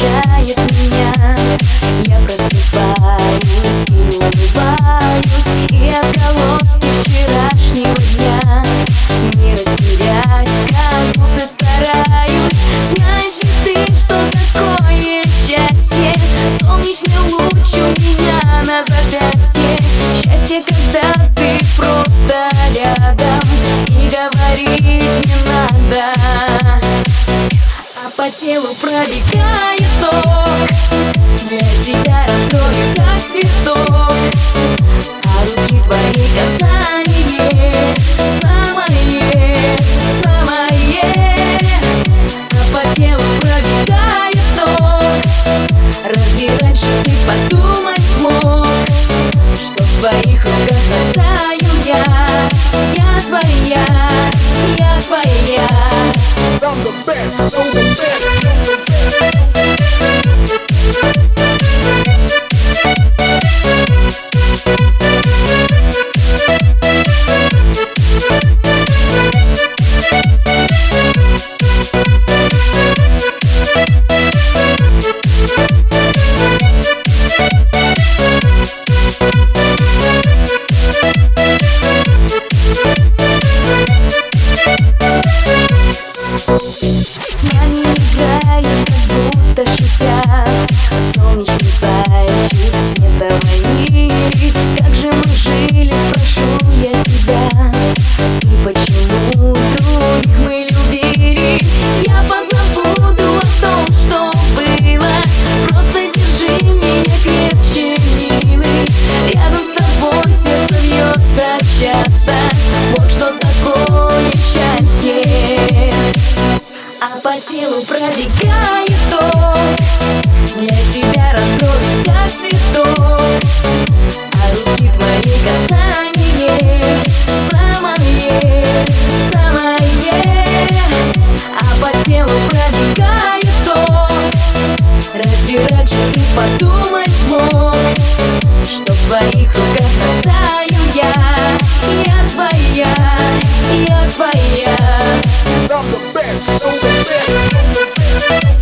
встречает меня. Я просыпаюсь и улыбаюсь, и отголоски вчерашнего дня не растерять, как будто стараюсь. Знаешь ли ты, что такое счастье? Солнечный луч у меня на запястье. Счастье, когда ты просто рядом и говорить не надо, а по телу пробегает ток. Для тебя раскроюсь, как цветок, а руки твои касание самое, самое. А по телу пробегает ток. Разве раньше ты подумать мог, что в твоих руках растаю я? Я твоя, я твоя. I'm the best, I'm the best. С нами играет, как будто шутя, солнечный зайчик цвета ванили. Как же мы жили, спрошу я тебя, и почему других мы любили? Я позабуду о том, что было. Просто держи меня крепче, милый. Рядом с тобой сердце бьется часто. Вот что такое счастье. А по телу пробегает ток. Для тебя раскроюсь, как цветок, а руки твои касание самое, самое. А по телу пробегает ток. Разве раньше ты подумать мог, что в твоих руках растаю я? Я твоя, я твоя. I'm the best, I'm the best.